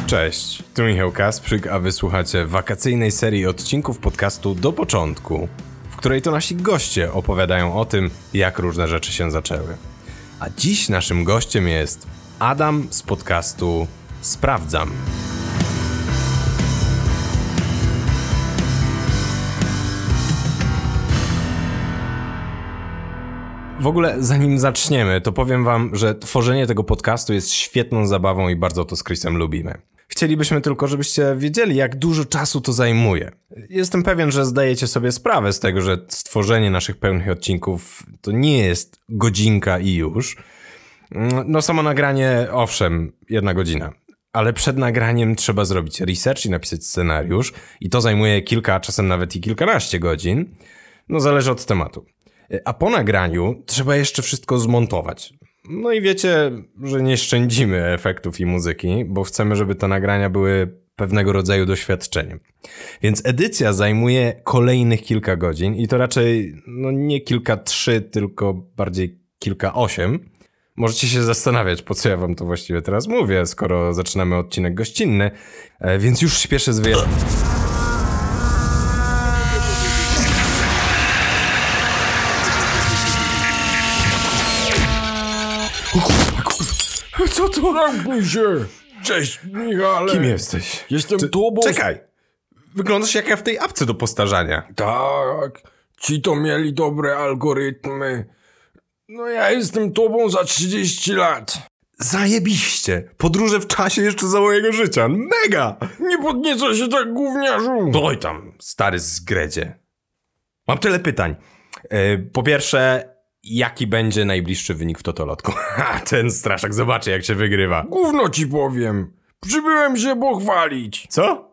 Cześć, tu Michał Kasprzyk, a wysłuchacie wakacyjnej serii odcinków podcastu Do Początku, w której to nasi goście opowiadają o tym, jak różne rzeczy się zaczęły. A dziś naszym gościem jest Adam z podcastu Sprawdzam. W ogóle, zanim zaczniemy, to powiem wam, że tworzenie tego podcastu jest świetną zabawą i bardzo to z Chrisem lubimy. Chcielibyśmy tylko, żebyście wiedzieli, jak dużo czasu to zajmuje. Jestem pewien, że zdajecie sobie sprawę z tego, że stworzenie naszych pełnych odcinków to nie jest godzinka i już. No samo nagranie, owszem, 1 godzina. Ale przed nagraniem trzeba zrobić research i napisać scenariusz i to zajmuje kilka, czasem nawet i kilkanaście godzin. No zależy od tematu. A po nagraniu trzeba jeszcze wszystko zmontować. No i wiecie, że nie szczędzimy efektów i muzyki, bo chcemy, żeby te nagrania były pewnego rodzaju doświadczeniem. Więc edycja zajmuje kolejnych kilka godzin i to raczej nie kilka 3, tylko bardziej kilka 8. Możecie się zastanawiać, po co ja wam to właściwie teraz mówię, skoro zaczynamy odcinek gościnny, więc już śpieszę z wyjaśnieniem. Co to? Zamknij się! Cześć, Michale! Kim jesteś? Jestem tobą... Czekaj! Wyglądasz jak ja w tej apce do postarzania. Tak, ci to mieli dobre algorytmy. No ja jestem tobą za 30 lat. Zajebiście! Podróże w czasie jeszcze za mojego życia. Mega! Nie podniecaj się tak, gówniarzu! Doj tam, stary zgredzie. Mam tyle pytań. Po pierwsze, jaki będzie najbliższy wynik w totolotku? Ten straszak zobaczy, jak się wygrywa. Gówno ci powiem. Przybyłem się pochwalić. Co?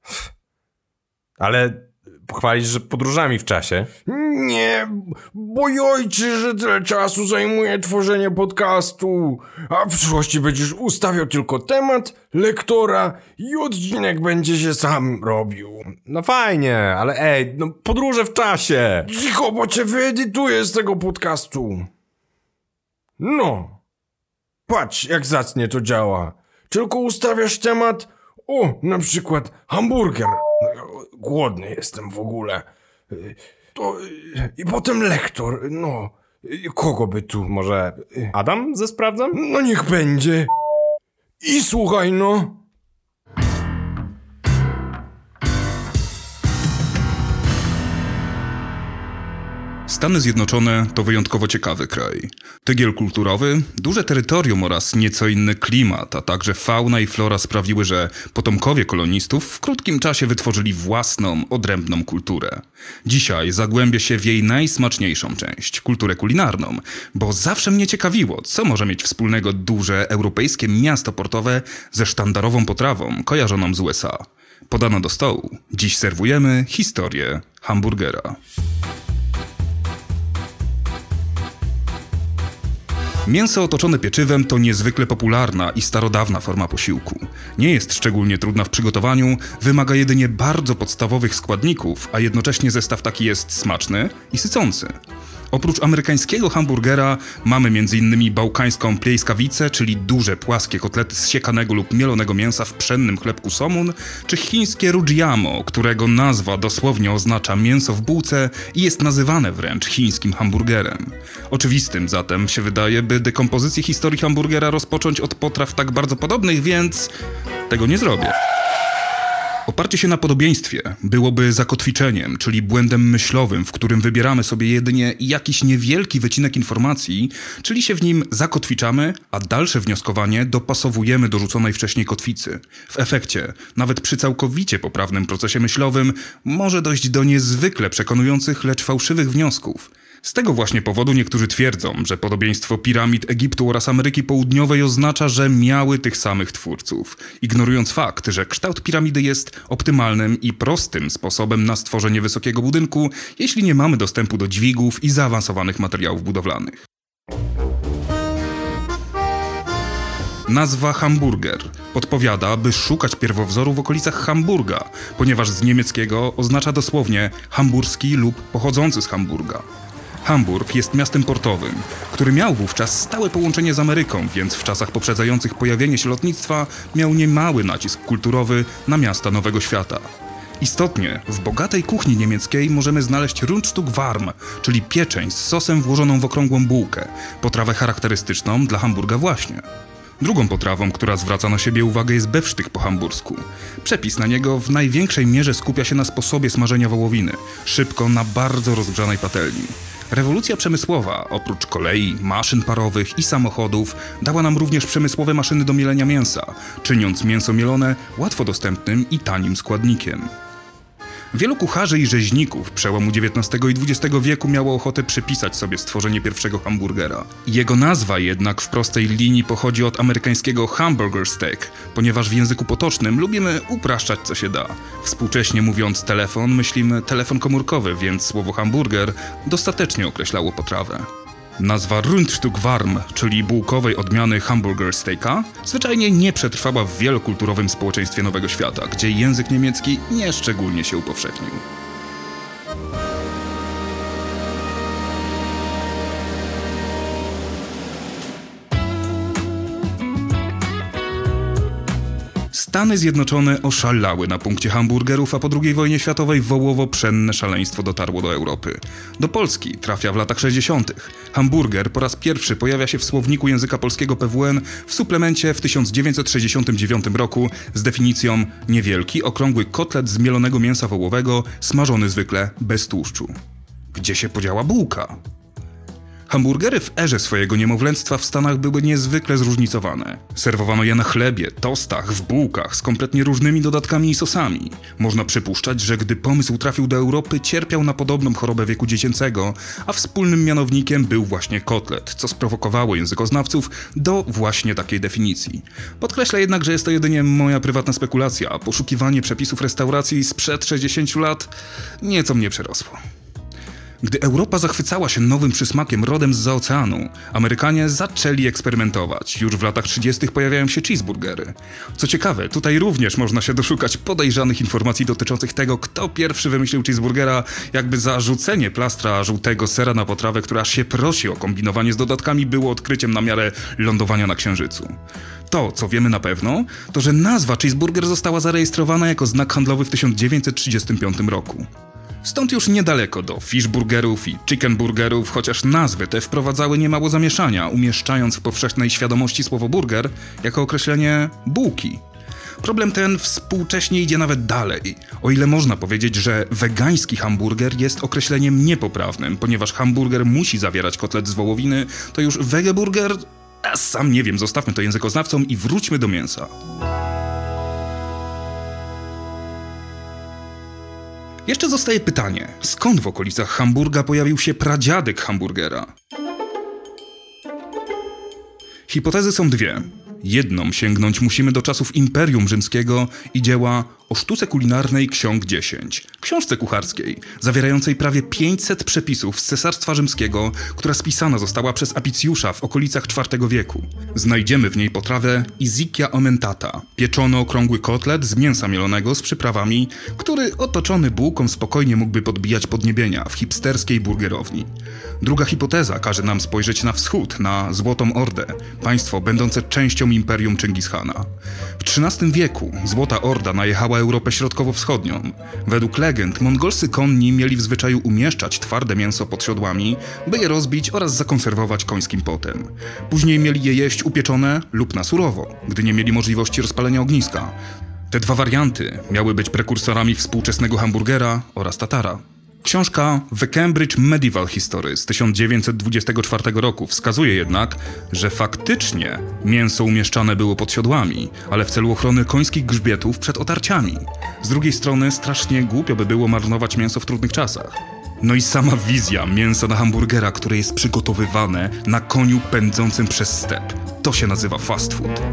Ale pochwalisz, że podróżami w czasie? Nie, bo ojczy, że tyle czasu zajmuje tworzenie podcastu. A w przyszłości będziesz ustawiał tylko temat, lektora i odcinek będzie się sam robił. No fajnie, ale podróże w czasie. Cicho, bo cię wyedytuję z tego podcastu. No. Patrz, jak zacnie to działa. Tylko ustawiasz temat, na przykład hamburger. Głodny jestem w ogóle. I potem lektor, kogo by tu? Może Adam ze Sprawdzam? No niech będzie. I słuchaj, Stany Zjednoczone to wyjątkowo ciekawy kraj. Tygiel kulturowy, duże terytorium oraz nieco inny klimat, a także fauna i flora sprawiły, że potomkowie kolonistów w krótkim czasie wytworzyli własną, odrębną kulturę. Dzisiaj zagłębię się w jej najsmaczniejszą część, kulturę kulinarną, bo zawsze mnie ciekawiło, co może mieć wspólnego duże europejskie miasto portowe ze sztandarową potrawą kojarzoną z USA. Podano do stołu. Dziś serwujemy historię hamburgera. Mięso otoczone pieczywem to niezwykle popularna i starodawna forma posiłku. Nie jest szczególnie trudna w przygotowaniu, wymaga jedynie bardzo podstawowych składników, a jednocześnie zestaw taki jest smaczny i sycący. Oprócz amerykańskiego hamburgera mamy m.in. bałkańską plejskawicę, czyli duże, płaskie kotlety z siekanego lub mielonego mięsa w pszennym chlebku somun, czy chińskie rujiamo, którego nazwa dosłownie oznacza mięso w bułce i jest nazywane wręcz chińskim hamburgerem. Oczywistym zatem się wydaje, by dekompozycję historii hamburgera rozpocząć od potraw tak bardzo podobnych, więc tego nie zrobię. Oparcie się na podobieństwie byłoby zakotwiczeniem, czyli błędem myślowym, w którym wybieramy sobie jedynie jakiś niewielki wycinek informacji, czyli się w nim zakotwiczamy, a dalsze wnioskowanie dopasowujemy do rzuconej wcześniej kotwicy. W efekcie, nawet przy całkowicie poprawnym procesie myślowym, może dojść do niezwykle przekonujących, lecz fałszywych wniosków. Z tego właśnie powodu niektórzy twierdzą, że podobieństwo piramid Egiptu oraz Ameryki Południowej oznacza, że miały tych samych twórców, ignorując fakt, że kształt piramidy jest optymalnym i prostym sposobem na stworzenie wysokiego budynku, jeśli nie mamy dostępu do dźwigów i zaawansowanych materiałów budowlanych. Nazwa hamburger podpowiada, by szukać pierwowzoru w okolicach Hamburga, ponieważ z niemieckiego oznacza dosłownie hamburski lub pochodzący z Hamburga. Hamburg jest miastem portowym, który miał wówczas stałe połączenie z Ameryką, więc w czasach poprzedzających pojawienie się lotnictwa miał niemały nacisk kulturowy na miasta Nowego Świata. Istotnie, w bogatej kuchni niemieckiej możemy znaleźć Rundstück warm, czyli pieczeń z sosem włożoną w okrągłą bułkę, potrawę charakterystyczną dla Hamburga właśnie. Drugą potrawą, która zwraca na siebie uwagę, jest Bewsztych po hambursku. Przepis na niego w największej mierze skupia się na sposobie smażenia wołowiny, szybko na bardzo rozgrzanej patelni. Rewolucja przemysłowa, oprócz kolei, maszyn parowych i samochodów, dała nam również przemysłowe maszyny do mielenia mięsa, czyniąc mięso mielone łatwo dostępnym i tanim składnikiem. Wielu kucharzy i rzeźników przełomu XIX i XX wieku miało ochotę przypisać sobie stworzenie pierwszego hamburgera. Jego nazwa jednak w prostej linii pochodzi od amerykańskiego hamburger steak, ponieważ w języku potocznym lubimy upraszczać co się da. Współcześnie mówiąc telefon, myślimy telefon komórkowy, więc słowo hamburger dostatecznie określało potrawę. Nazwa Rundstück warm, czyli bułkowej odmiany hamburger steaka, zwyczajnie nie przetrwała w wielokulturowym społeczeństwie Nowego Świata, gdzie język niemiecki nieszczególnie się upowszechnił. Stany Zjednoczone oszalały na punkcie hamburgerów, a po II wojnie światowej wołowo pszenne szaleństwo dotarło do Europy. Do Polski trafia w latach 60. Hamburger po raz pierwszy pojawia się w słowniku języka polskiego PWN w suplemencie w 1969 roku z definicją niewielki, okrągły kotlet z mielonego mięsa wołowego, smażony zwykle bez tłuszczu. Gdzie się podziała bułka? Hamburgery w erze swojego niemowlęctwa w Stanach były niezwykle zróżnicowane. Serwowano je na chlebie, tostach, w bułkach z kompletnie różnymi dodatkami i sosami. Można przypuszczać, że gdy pomysł trafił do Europy, cierpiał na podobną chorobę wieku dziecięcego, a wspólnym mianownikiem był właśnie kotlet, co sprowokowało językoznawców do właśnie takiej definicji. Podkreślę jednak, że jest to jedynie moja prywatna spekulacja, a poszukiwanie przepisów restauracji sprzed 60 lat nieco mnie przerosło. Gdy Europa zachwycała się nowym przysmakiem rodem zza oceanu, Amerykanie zaczęli eksperymentować. Już w latach 30. pojawiają się cheeseburgery. Co ciekawe, tutaj również można się doszukać podejrzanych informacji dotyczących tego, kto pierwszy wymyślił cheeseburgera, jakby za rzucenie plastra żółtego sera na potrawę, która aż się prosi o kombinowanie z dodatkami, było odkryciem na miarę lądowania na Księżycu. To, co wiemy na pewno, to że nazwa cheeseburger została zarejestrowana jako znak handlowy w 1935 roku. Stąd już niedaleko do fishburgerów i chickenburgerów, chociaż nazwy te wprowadzały niemało zamieszania, umieszczając w powszechnej świadomości słowo burger jako określenie bułki. Problem ten współcześnie idzie nawet dalej. O ile można powiedzieć, że wegański hamburger jest określeniem niepoprawnym, ponieważ hamburger musi zawierać kotlet z wołowiny, to już vegeburger? Sam nie wiem, zostawmy to językoznawcom i wróćmy do mięsa. Jeszcze zostaje pytanie, skąd w okolicach Hamburga pojawił się pradziadek hamburgera? Hipotezy są dwie. Jedną sięgnąć musimy do czasów Imperium Rzymskiego i dzieła o sztuce kulinarnej ksiąg 10, książce kucharskiej, zawierającej prawie 500 przepisów z Cesarstwa Rzymskiego, która spisana została przez Apicjusza w okolicach IV wieku. Znajdziemy w niej potrawę Isicia omentata, pieczony okrągły kotlet z mięsa mielonego z przyprawami, który otoczony bułką spokojnie mógłby podbijać podniebienia w hipsterskiej burgerowni. Druga hipoteza każe nam spojrzeć na wschód, na Złotą Ordę, państwo będące częścią Imperium Czingishana. W XIII wieku Złota Orda najechała Europę Środkowo-Wschodnią. Według legend mongolscy konni mieli w zwyczaju umieszczać twarde mięso pod siodłami, by je rozbić oraz zakonserwować końskim potem. Później mieli je jeść upieczone lub na surowo, gdy nie mieli możliwości rozpalenia ogniska. Te dwa warianty miały być prekursorami współczesnego hamburgera oraz tatara. Książka The Cambridge Medieval History z 1924 roku wskazuje jednak, że faktycznie mięso umieszczane było pod siodłami, ale w celu ochrony końskich grzbietów przed otarciami. Z drugiej strony strasznie głupio by było marnować mięso w trudnych czasach. No i sama wizja mięsa na hamburgera, które jest przygotowywane na koniu pędzącym przez step. To się nazywa fast food.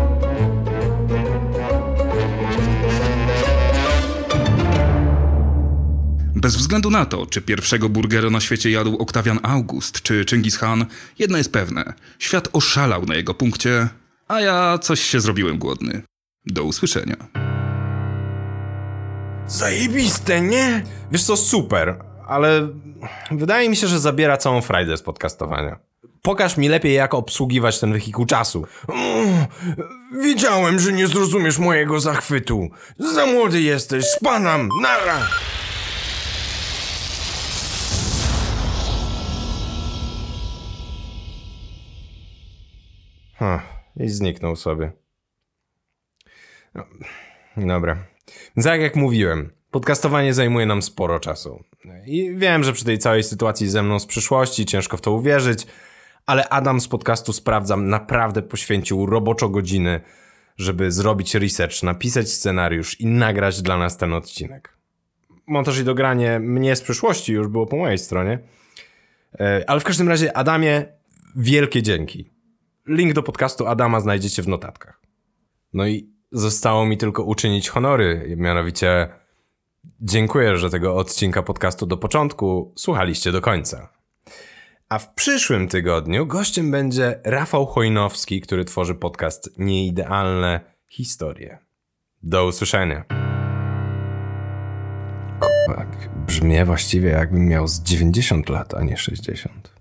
Bez względu na to, czy pierwszego burgera na świecie jadł Oktawian August czy Czingis Khan, jedno jest pewne. Świat oszalał na jego punkcie, a ja coś się zrobiłem głodny. Do usłyszenia. Zajebiste, nie? Wiesz co, super, ale wydaje mi się, że zabiera całą frajdę z podcastowania. Pokaż mi lepiej, jak obsługiwać ten wehikuł czasu. Wiedziałem, że nie zrozumiesz mojego zachwytu. Za młody jesteś, spanam, nara! I zniknął sobie. No, dobra. Więc tak jak mówiłem, podcastowanie zajmuje nam sporo czasu. I wiem, że przy tej całej sytuacji ze mną z przyszłości ciężko w to uwierzyć, ale Adam z podcastu Sprawdzam naprawdę poświęcił roboczo godziny, żeby zrobić research, napisać scenariusz i nagrać dla nas ten odcinek. Montaż i dogranie mnie z przyszłości już było po mojej stronie. Ale w każdym razie, Adamie, wielkie dzięki. Link do podcastu Adama znajdziecie w notatkach. No i zostało mi tylko uczynić honory, mianowicie dziękuję, że tego odcinka podcastu do początku słuchaliście do końca. A w przyszłym tygodniu gościem będzie Rafał Chojnowski, który tworzy podcast Nieidealne Historie. Do usłyszenia. Brzmię właściwie jakbym miał z 90 lat, a nie 60.